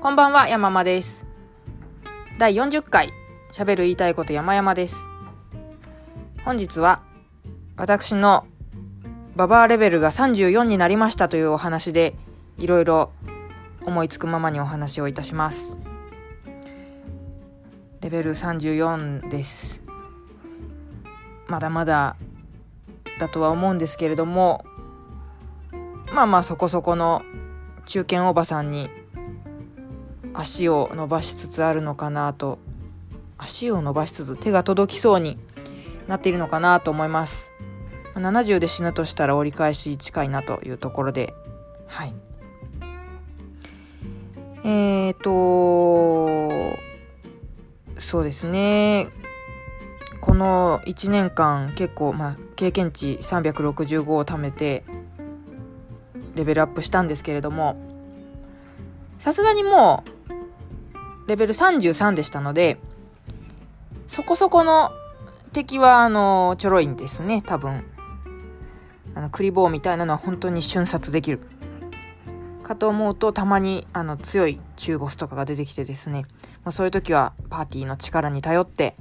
こんばんは、やままです。第40回しゃべる言いたいこと山々です。本日は私のババアレベルが34になりましたというお話で、いろいろ思いつくままにお話をいたします。レベル34です。まだまだだとは思うんですけれども、まあそこそこの中堅おばさんに足を伸ばしつつあるのかなと、足を伸ばしつつ手が届きそうになっているのかなと思います。70で死ぬとしたら折り返し近いなというところで、はい。そうですね。この1年間結構経験値365を貯めてレベルアップしたんですけれども、さすがにもうレベル33でしたので、そこそこの敵はちょろいんですね。多分クリボーみたいなのは本当に瞬殺できるかと思うと、たまに強い中ボスとかが出てきてですね、そういう時はパーティーの力に頼って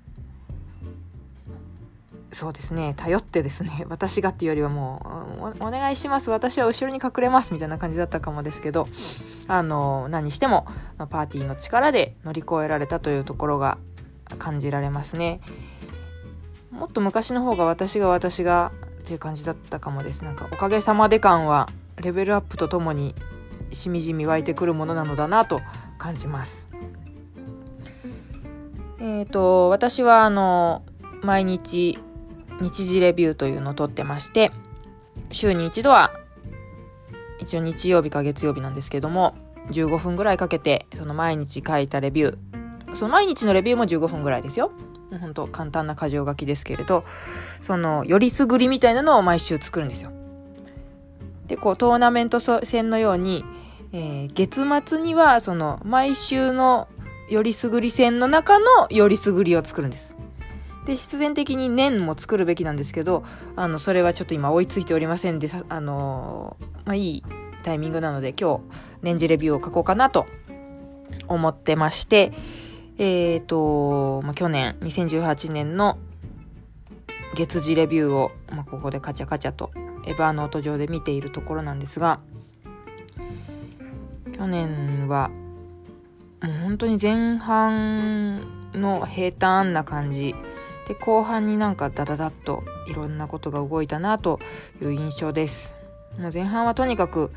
ですね、私がっていうよりはもう お願いします、私は後ろに隠れますみたいな感じだったかもですけど、何してもパーティーの力で乗り越えられたというところが感じられますね。もっと昔の方が私がっていう感じだったかもです。なんかおかげさまで感はレベルアップとともにしみじみ湧いてくるものなのだなと感じます。私は毎日日時レビューというのを撮ってまして、週に一度は一応日曜日か月曜日なんですけども、15分ぐらいかけてその毎日書いたレビュー、その毎日のレビューも15分ぐらいですよ。本当簡単な箇条書きですけれど、そのよりすぐりみたいなのを毎週作るんですよ。でトーナメント戦のように、月末にはその毎週のよりすぐり戦の中のよりすぐりを作るんです。で必然的に年も作るべきなんですけど、それはちょっと今追いついておりませんで、いいタイミングなので今日年次レビューを書こうかなと思ってまして、去年2018年の月次レビューを、ここでカチャカチャとエバーノート上で見ているところなんですが、去年はもう本当に前半の平坦な感じで、後半になんかダダダッといろんなことが動いたなという印象です。もう前半はとにかく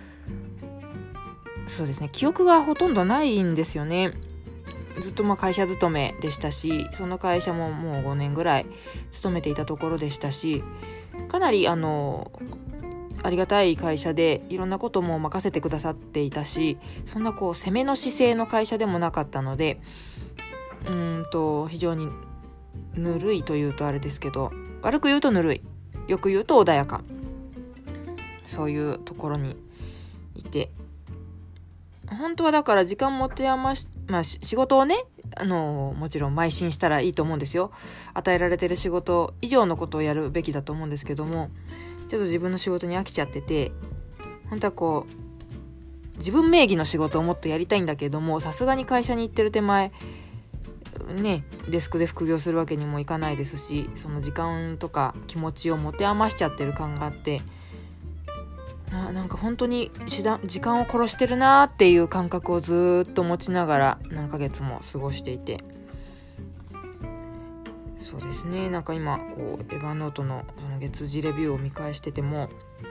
そうですね、記憶がほとんどないんですよね。ずっと会社勤めでしたし、その会社ももう5年ぐらい勤めていたところでしたし、かなりありがたい会社でいろんなことも任せてくださっていたし、そんな攻めの姿勢の会社でもなかったので、非常にぬるいというとあれですけど、悪く言うとぬるい、よく言うと穏やか、そういうところにいて、本当はだから時間持て余し、仕事をね、もちろん邁進したらいいと思うんですよ。与えられてる仕事以上のことをやるべきだと思うんですけども、ちょっと自分の仕事に飽きちゃってて、本当は自分名義の仕事をもっとやりたいんだけども、さすがに会社に行ってる手前ね、デスクで副業するわけにもいかないですし、その時間とか気持ちを持て余しちゃってる感があって、なんか本当に時間を殺してるなっていう感覚をずっと持ちながら何ヶ月も過ごしていて、そうですね、なんか今エヴァノートのその月次レビューを見返してても、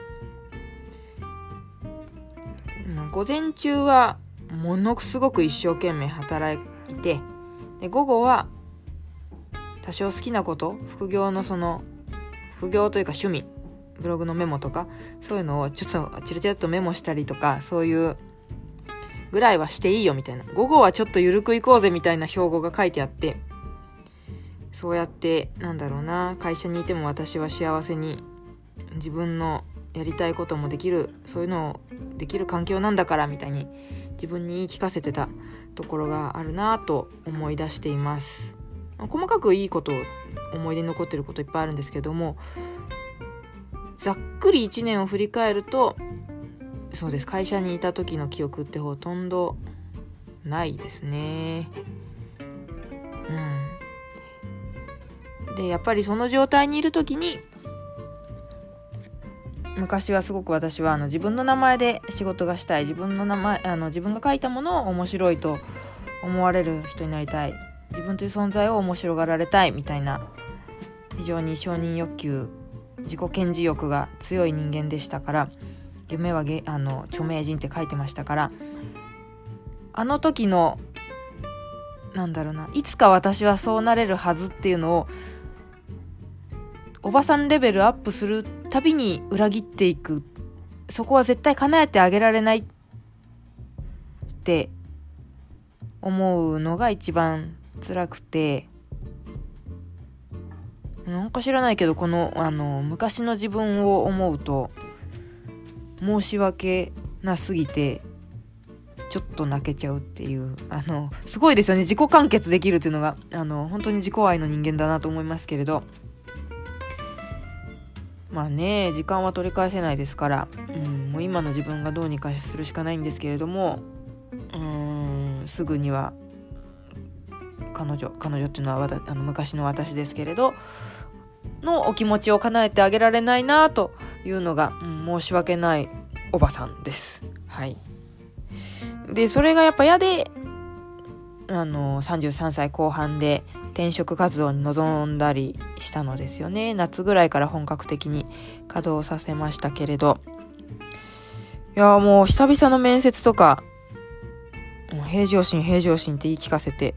午前中はものすごく一生懸命働いて、で午後は多少好きなこと、副業というか趣味、ブログのメモとかそういうのをちょっとチラチラっとメモしたりとか、そういうぐらいはしていいよみたいな、午後はちょっとゆるく行こうぜみたいな標語が書いてあって、そうやって会社にいても私は幸せに自分のやりたいこともできる、そういうのをできる環境なんだからみたいに自分に言い聞かせてたところがあるなと思い出しています。細かくいいこと、思い出に残ってることいっぱいあるんですけども、ざっくり1年を振り返ると、そうです、会社にいた時の記憶ってほとんどないですね。でやっぱりその状態にいる時に、昔はすごく私は自分の名前で仕事がしたい、自分の名前自分が書いたものを面白いと思われる人になりたい、自分という存在を面白がられたいみたいな、非常に承認欲求、自己顕示欲が強い人間でしたから、夢は著名人って書いてましたから、あの時のいつか私はそうなれるはずっていうのをおばさんレベルアップするたびに裏切っていく、そこは絶対叶えてあげられないって思うのが一番辛くて、なんか知らないけどこの昔の自分を思うと申し訳なすぎてちょっと泣けちゃうっていう、すごいですよね、自己完結できるっていうのが本当に自己愛の人間だなと思いますけれど、まあね、時間は取り返せないですから、もう今の自分がどうにかするしかないんですけれども、すぐには彼女っていうのは昔の私ですけれどのお気持ちを叶えてあげられないなというのが、申し訳ないおばさんです。はい。でそれがやっぱ嫌で33歳後半で転職活動に臨んだりしたのですよね。夏ぐらいから本格的に稼働させましたけれど、いやもう久々の面接とか平常心って言い聞かせて、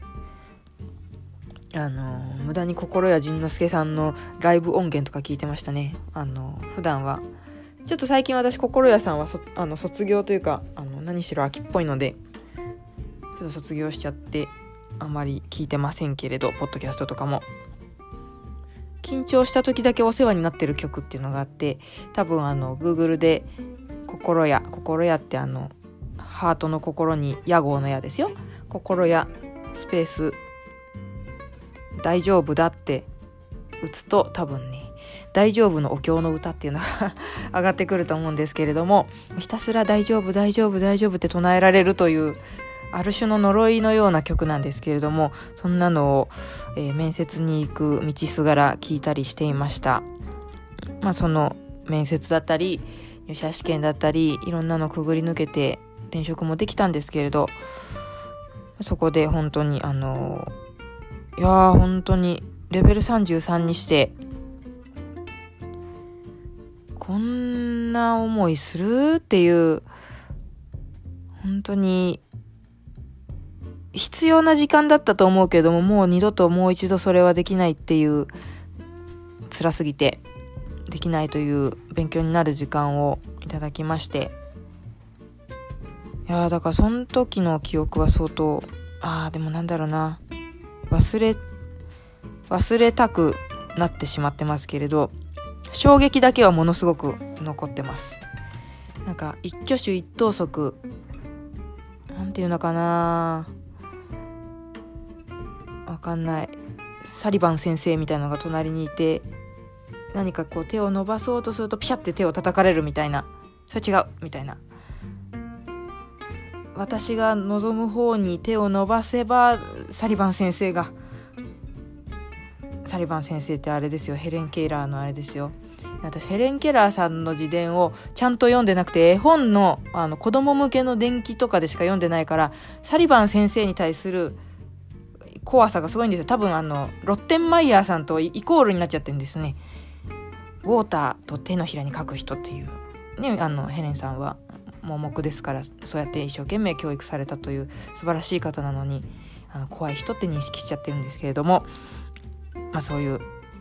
無駄に心谷仁之助さんのライブ音源とか聞いてましたね。普段はちょっと最近私心谷さんは卒業というか何しろ秋っぽいのでちょっと卒業しちゃってあまり聞いてませんけれど、ポッドキャストとかも緊張した時だけお世話になってる曲っていうのがあって、多分Google で心屋ってハートの心に屋号の屋ですよ、心屋スペース大丈夫だって打つと多分ね、大丈夫のお経の歌っていうのが上がってくると思うんですけれども、ひたすら大丈夫って唱えられるというある種の呪いのような曲なんですけれども、そんなのを、面接に行く道すがら聞いたりしていました。その面接だったり入社試験だったりいろんなのくぐり抜けて転職もできたんですけれど、そこで本当に本当にレベル33にしてこんな思いするっていう、本当に必要な時間だったと思うけども、もう一度それはできないっていう、辛すぎてできないという勉強になる時間をいただきまして、だからその時の記憶は相当でも忘れたくなってしまってますけれど、衝撃だけはものすごく残ってます。一挙手一投足なんていうのかな、わかんない、サリバン先生みたいなのが隣にいて、何か手を伸ばそうとするとピシャって手を叩かれるみたいな、それ違うみたいな、私が望む方に手を伸ばせばサリバン先生ってあれですよ、ヘレン・ケラーのあれですよ。私ヘレン・ケラーさんの自伝をちゃんと読んでなくて、絵本の子供向けの伝記とかでしか読んでないから、サリバン先生に対する怖さがすごいんですよ。多分ロッテンマイヤーさんとイコールになっちゃってるんですね。ウォーターと手のひらに書く人っていうね、ヘレンさんは盲目ですから、そうやって一生懸命教育されたという素晴らしい方なのに、怖い人って認識しちゃってるんですけれども、そういう、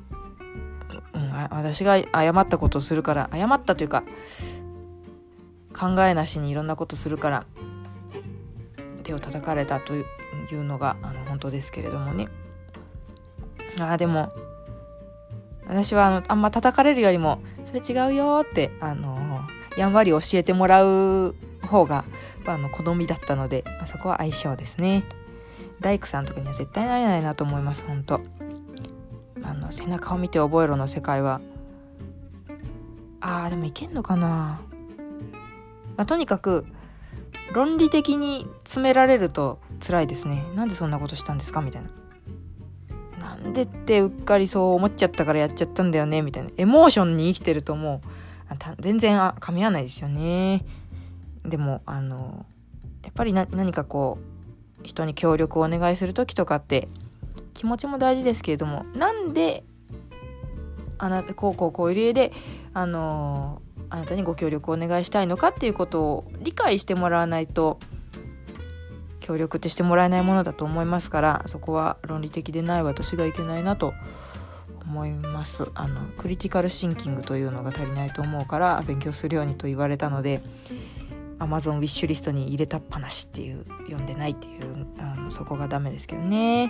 私が誤ったことをするから、誤ったというか考えなしにいろんなことするから手を叩かれたというのが本当ですけれどもね。でも私はあんま叩かれるよりもそれ違うよってやんわり教えてもらう方が好みだったので、そこは相性ですね。大工さんとかには絶対なれないなと思います。本当背中を見て覚えろの世界はでもいけんのかな。とにかく論理的に詰められると辛いですね。なんでそんなことしたんですかみたいな。なんでってうっかりそう思っちゃったからやっちゃったんだよねみたいな。エモーションに生きてるともう全然噛み合わないですよね。でもやっぱり何かこう人に協力をお願いする時とかって気持ちも大事ですけれども、なんでこういう理由であなたにご協力をお願いしたいのかっていうことを理解してもらわないと協力ってしてもらえないものだと思いますから、そこは論理的でない私がいけないなと思います。クリティカルシンキングというのが足りないと思うから勉強するようにと言われたので Amazon ウィッシュリストに入れたっぱなしっていう、読んでないっていうそこがダメですけどね。い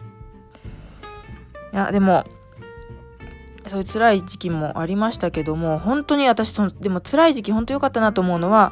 やでもそういう辛い時期もありましたけども、本当に私でも辛い時期本当良かったなと思うのは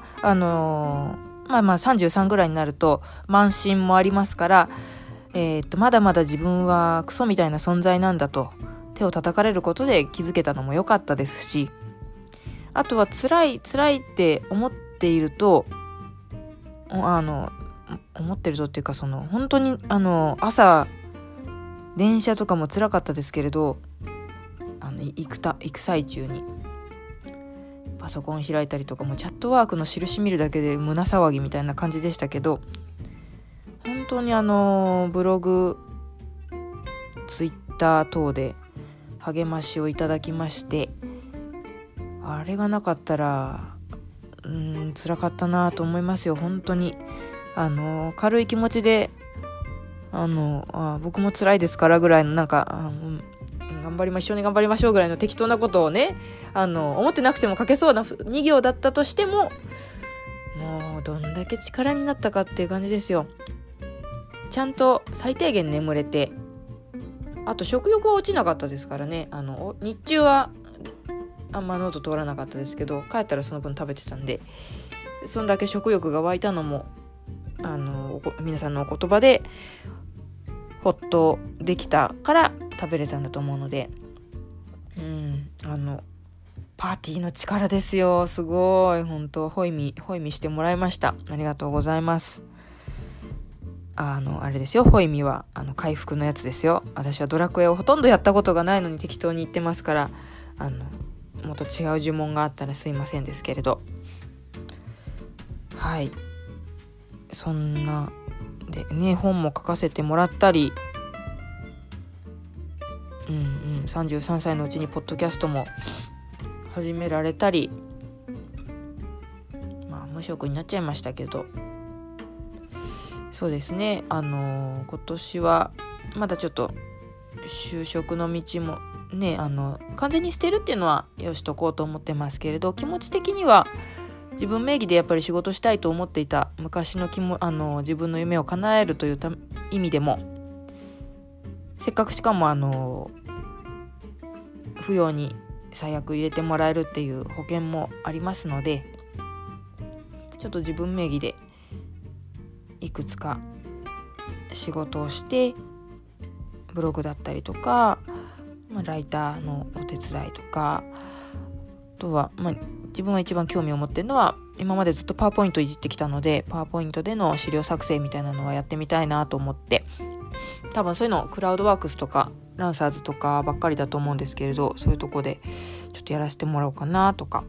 33ぐらいになると慢心もありますから、まだまだ自分はクソみたいな存在なんだと手を叩かれることで気づけたのも良かったですし、あとは辛いって思っていると思ってるとっていうか本当に朝電車とかも辛かったですけれど行く最中にパソコン開いたりとかもチャットワークの印見るだけで胸騒ぎみたいな感じでしたけど、本当にブログツイッター等で励ましをいただきまして、あれがなかったら辛かったなと思いますよ。本当に軽い気持ちで僕も辛いですからぐらいの一緒に頑張りましょうぐらいの適当なことをね思ってなくても書けそうな2行だったとしても、もうどんだけ力になったかっていう感じですよ。ちゃんと最低限眠れて、あと食欲は落ちなかったですからね。日中はあんま喉通らなかったですけど、帰ったらその分食べてたんで、そんだけ食欲が湧いたのも皆さんのお言葉でほっとできたから食べれたんだと思うので、パーティーの力ですよ。すごい本当ホイミしてもらいました。ありがとうございます。あれですよ、ホイミは回復のやつですよ。私はドラクエをほとんどやったことがないのに適当に言ってますから、もっと違う呪文があったらすいませんですけれど、はい、そんなでね、本も書かせてもらったり、33歳のうちにポッドキャストも始められたり、無職になっちゃいましたけど、そうですね、今年はまだちょっと就職の道もね完全に捨てるっていうのはよしとこうと思ってますけれど、気持ち的には自分名義でやっぱり仕事したいと思っていた昔の自分の夢を叶えるという意味でも、せっかくしかも扶養に最悪入れてもらえるっていう保険もありますので、ちょっと自分名義でいくつか仕事をして、ブログだったりとか、ライターのお手伝いとか、あとは、自分が一番興味を持っているのは、今までずっとパワーポイントいじってきたので、パワーポイントでの資料作成みたいなのはやってみたいなと思って、多分そういうのクラウドワークスとかランサーズとかばっかりだと思うんですけれど、そういうとこでちょっとやらせてもらおうかなとか、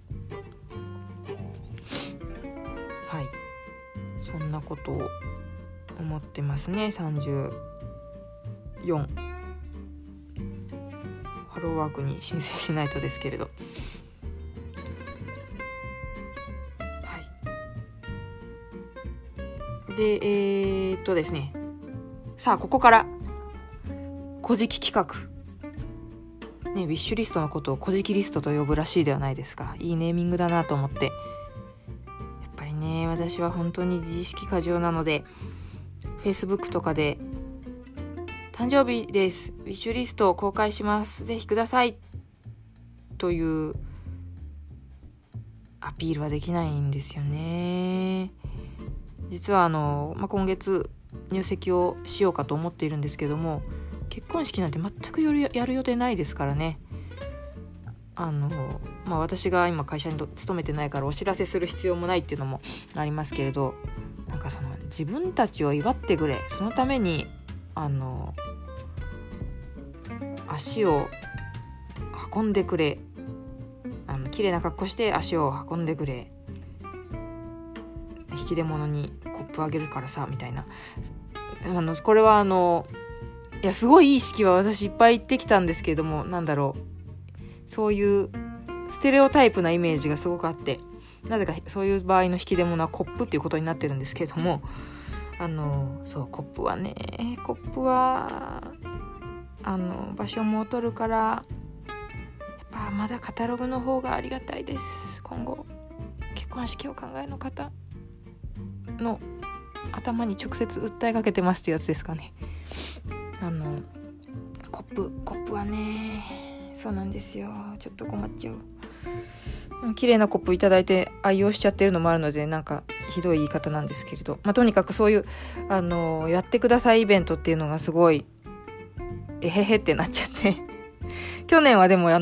はい、そんなことを思ってますね。34ハローワークに申請しないとですけれど、でですね、さあここから古事記企画ね、ウィッシュリストのことを古事記リストと呼ぶらしいではないですか。いいネーミングだなと思って、やっぱりね、私は本当に自意識過剰なので、 Facebook とかで誕生日です、ウィッシュリストを公開します、ぜひくださいというアピールはできないんですよね。実は今月入籍をしようかと思っているんですけども、結婚式なんて全くやる予定ないですからね。 私が今会社に勤めてないからお知らせする必要もないっていうのもありますけれど、なんかその自分たちを祝ってくれ、そのために足を運んでくれ、綺麗な格好して足を運んでくれ、引き出物にコップあげるからさみたいな、これはいやすごいいい式は私いっぱい行ってきたんですけれども、なんだろう、そういうステレオタイプなイメージがすごくあって、なぜかそういう場合の引き出物はコップっていうことになってるんですけれども、そうコップは場所も取るから、やっぱまだカタログの方がありがたいです。今後結婚式を考えの方の頭に直接訴えかけてますってやつですかね。コップはね、そうなんですよ、ちょっと困っちゃう。綺麗なコップいただいて愛用しちゃってるのもあるので、なんかひどい言い方なんですけれど、とにかくそういうやってくださいイベントっていうのがすごいえへへってなっちゃって去年はでも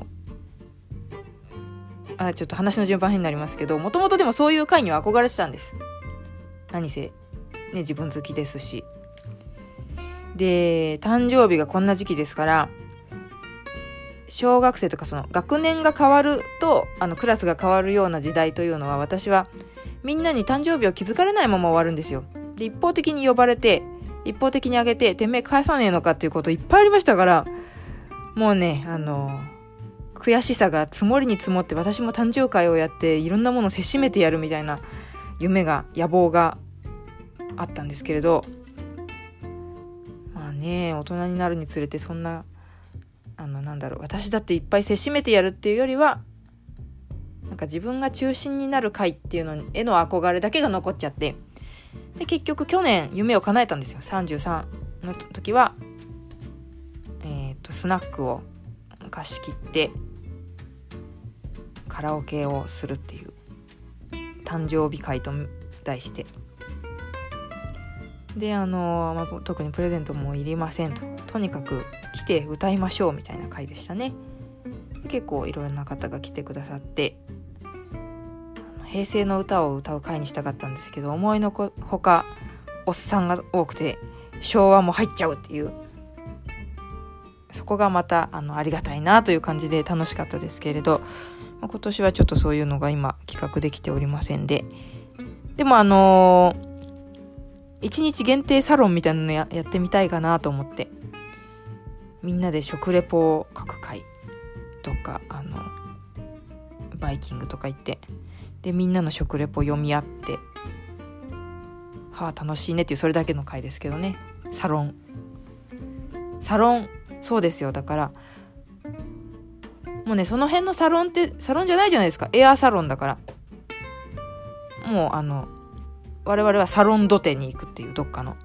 ちょっと話の順番変になりますけど、もともとでもそういう会には憧れてたんです。何せね、自分好きですし、で誕生日がこんな時期ですから、小学生とかその学年が変わるとクラスが変わるような時代というのは、私はみんなに誕生日を気づかれないまま終わるんですよ。で一方的に呼ばれて一方的にあげて、てめえ返さねえのかっていうこといっぱいありましたから、もうね悔しさが積もりに積もって、私も誕生会をやっていろんなものをせしめてやるみたいな野望があったんですけれど、大人になるにつれてそんな私だっていっぱいせしめてやるっていうよりは、なんか自分が中心になる会っていうのへの憧れだけが残っちゃって、で結局去年夢を叶えたんですよ。33の時はスナックを貸し切ってカラオケをするっていう誕生日会と題して、で特にプレゼントもいりませんとにかく来て歌いましょうみたいな回でしたね。結構いろんな方が来てくださって、平成の歌を歌う回にしたかったんですけど、思いのほかおっさんが多くて昭和も入っちゃうっていう、そこがまたありがたいなという感じで楽しかったですけれど、今年はちょっとそういうのが今企画できておりませんで、でも1日限定サロンみたいなのやってみたいかなと思って、みんなで食レポを書く会とかバイキングとか行って、でみんなの食レポ読み合って、楽しいねっていう、それだけの会ですけどね。サロンそうですよ。だからもうね、その辺のサロンってサロンじゃないじゃないですか、エアーサロンだから。もう我々はサロンドテに行くっていう、どっかの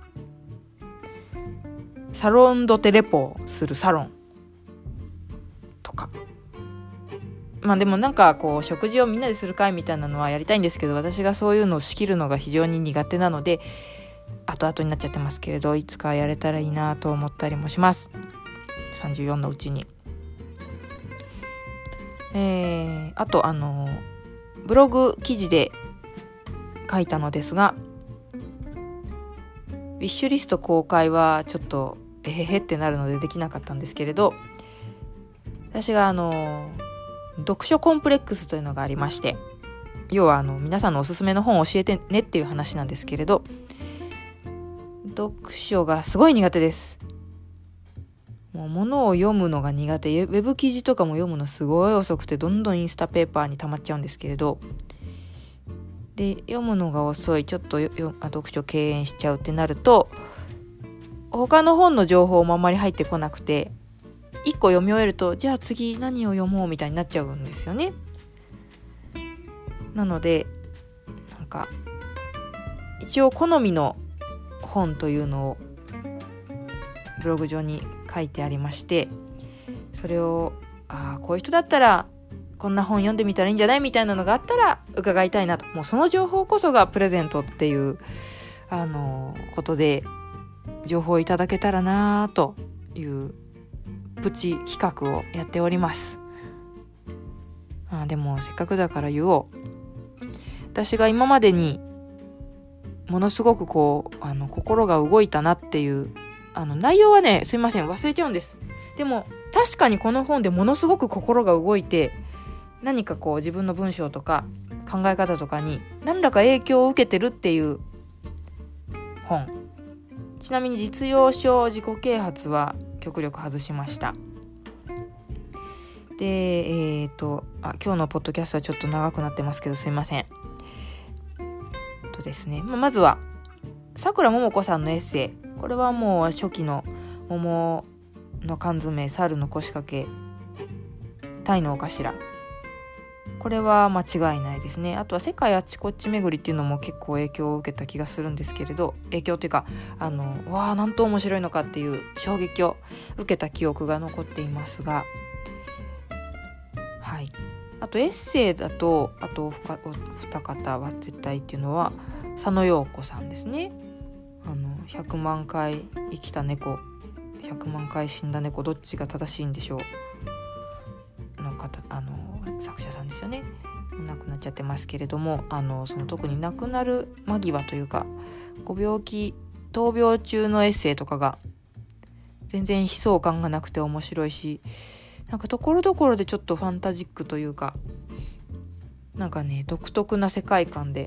サロンドテレポをするサロンとか、でもなんかこう食事をみんなでする会みたいなのはやりたいんですけど、私がそういうのを仕切るのが非常に苦手なので後々になっちゃってますけれど、いつかやれたらいいなと思ったりもします。34のうちに。あとブログ記事で書いたのですが、ウィッシュリスト公開はちょっとえへへってなるのでできなかったんですけれど、私が読書コンプレックスというのがありまして、要は皆さんのおすすめの本を教えてねっていう話なんですけれど、読書がすごい苦手です。もう物を読むのが苦手、ウェブ記事とかも読むのすごい遅くて、どんどんインスタペーパーに溜まっちゃうんですけれど、で読むのが遅い、ちょっと読書敬遠しちゃうってなると、他の本の情報もあんまり入ってこなくて、1個読み終えると、じゃあ次何を読もうみたいになっちゃうんですよね。なのでなんか一応好みの本というのをブログ上に書いてありまして、それをこういう人だったらこんな本読んでみたらいいんじゃないみたいなのがあったら伺いたいなと。もうその情報こそがプレゼントっていうことで情報をいただけたらなというプチ企画をやっております。 でもせっかくだから言おう。私が今までにものすごく心が動いたなっていう内容はね、すいません忘れちゃうんです。でも確かにこの本でものすごく心が動いて、何か自分の文章とか考え方とかに何らか影響を受けてるっていう本。ちなみに実用書自己啓発は極力外しました。で今日のポッドキャストはちょっと長くなってますけどすいません。ですね、まずはさくらももこさんのエッセイ。これはもう初期の桃の缶詰、猿の腰掛け、鯛のお頭、これは間違いないですね。あとは世界あっちこっち巡りっていうのも結構影響を受けた気がするんですけれど、影響っていうかわあなんと面白いのかっていう衝撃を受けた記憶が残っていますが、はい。あとエッセイだとお二方は絶対っていうのは佐野陽子さんですね。100万回生きた猫、100万回死んだ猫、どっちが正しいんでしょうの方、作者さんですよね。亡くなっちゃってますけれども、その特に亡くなる間際というか闘病中のエッセイとかが全然悲壮感がなくて面白いし、なんかところどころでちょっとファンタジックというか、なんかね独特な世界観で、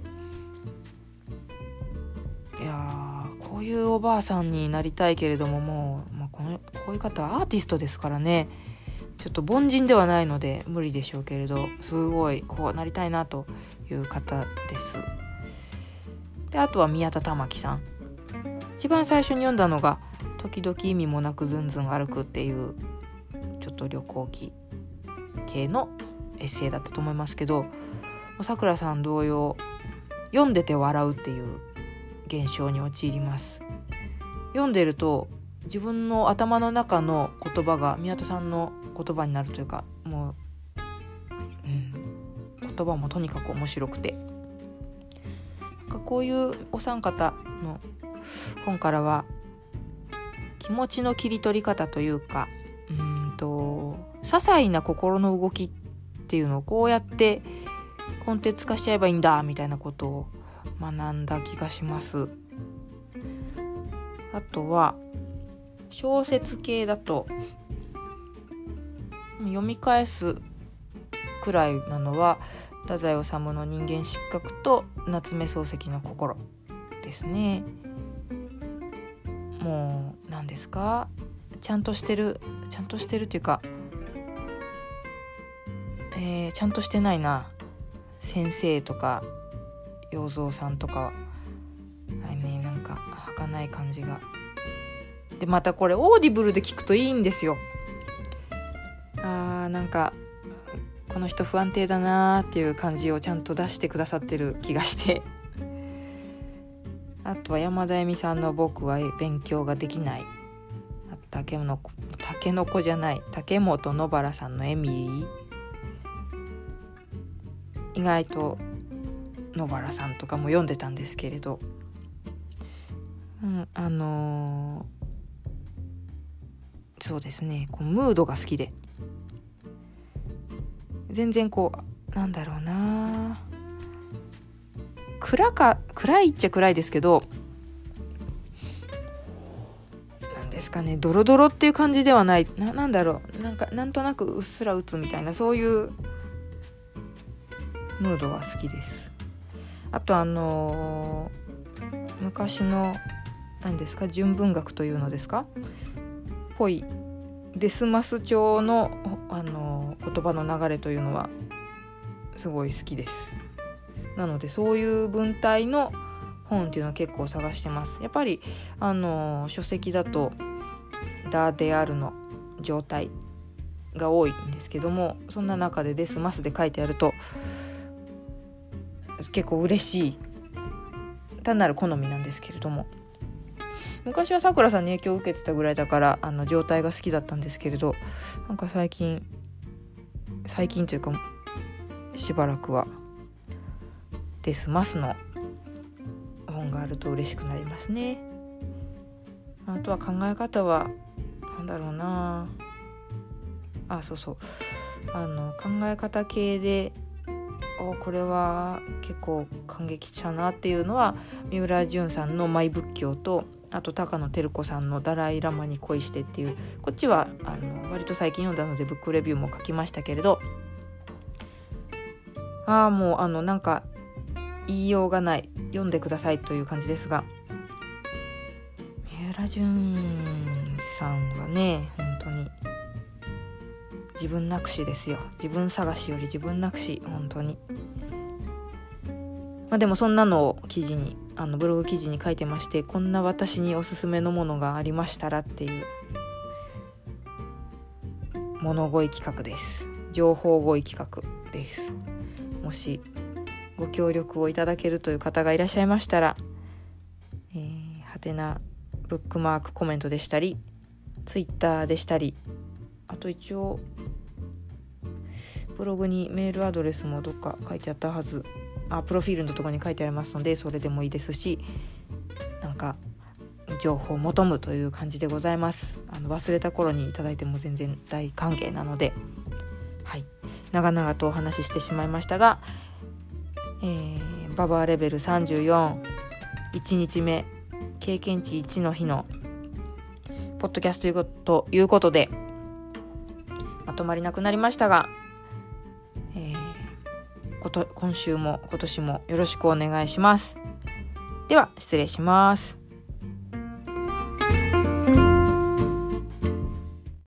いやこういうおばあさんになりたいけれども、もう、こういう方はアーティストですからね、ちょっと凡人ではないので無理でしょうけれど、すごいこうなりたいなという方です。であとは宮田玉樹さん。一番最初に読んだのが時々意味もなくずんずん歩くっていうちょっと旅行記系のエッセイだったと思いますけど、さくらさん同様読んでて笑うっていう現象に陥ります。読んでると自分の頭の中の言葉が宮田さんの言葉になるというか、もう、言葉もとにかく面白くて、なんかこういうお三方の本からは気持ちの切り取り方というか、些細な心の動きっていうのをこうやってコンテンツ化しちゃえばいいんだみたいなことを学んだ気がします。あとは小説系だと読み返すくらいなのは太宰治の人間失格と夏目漱石の心ですね。もう何ですか、ちゃんとしてるっていうか、ちゃんとしてないな先生とか洋蔵さんとかなんか儚い感じがで、またこれオーディブルで聞くといいんですよ。なんかこの人不安定だなっていう感じをちゃんと出してくださってる気がしてあとは山田恵美さんの僕は勉強ができない、竹本野原さんのエミリー、意外と野原さんとかも読んでたんですけれど、そうですね、ムードが好きで、全然なんだろうな、暗いっちゃ暗いですけど、なんですかね、ドロドロっていう感じではない、なんだろう、なんとなくうっすら打つみたいな、そういうムードが好きです。あと昔の何ですか、純文学というのですか、ぽいデスマス調の言葉の流れというのはすごい好きです。なのでそういう文体の本っていうのは結構探してます。やっぱり書籍だとダであるの状態が多いんですけども、そんな中でデスマスで書いてあると結構嬉しい、単なる好みなんですけれども、昔はさくらさんに影響を受けてたぐらいだから状態が好きだったんですけれど、なんか最近というかしばらくはデスマスの本があると嬉しくなりますね。あとは考え方はなんだろうな、そうそう、 考え方系でこれは結構感激したなっていうのは、三浦淳さんのマイ仏教と、あと高野照子さんのダライラマに恋してっていう、こっちは割と最近読んだのでブックレビューも書きましたけれど、もうなんか言いようがない、読んでくださいという感じですが、三浦淳さんはね、本当に自分なくしですよ。自分探しより自分なくし、本当に。でもそんなのを記事にブログ記事に書いてまして、こんな私におすすめのものがありましたらっていう物乞い企画です。情報乞い企画です。もしご協力をいただけるという方がいらっしゃいましたら、はてなブックマークコメントでしたり、ツイッターでしたり、あと一応ブログにメールアドレスもどっか書いてあったはず、プロフィールのところに書いてありますので、それでもいいですし、なんか情報を求むという感じでございます。忘れた頃にいただいても全然大歓迎なので、はい、長々とお話ししてしまいましたが、ババアレベル34、1日目経験値1の日のポッドキャストということでまとまりなくなりましたが、今週も今年もよろしくお願いします。では失礼します。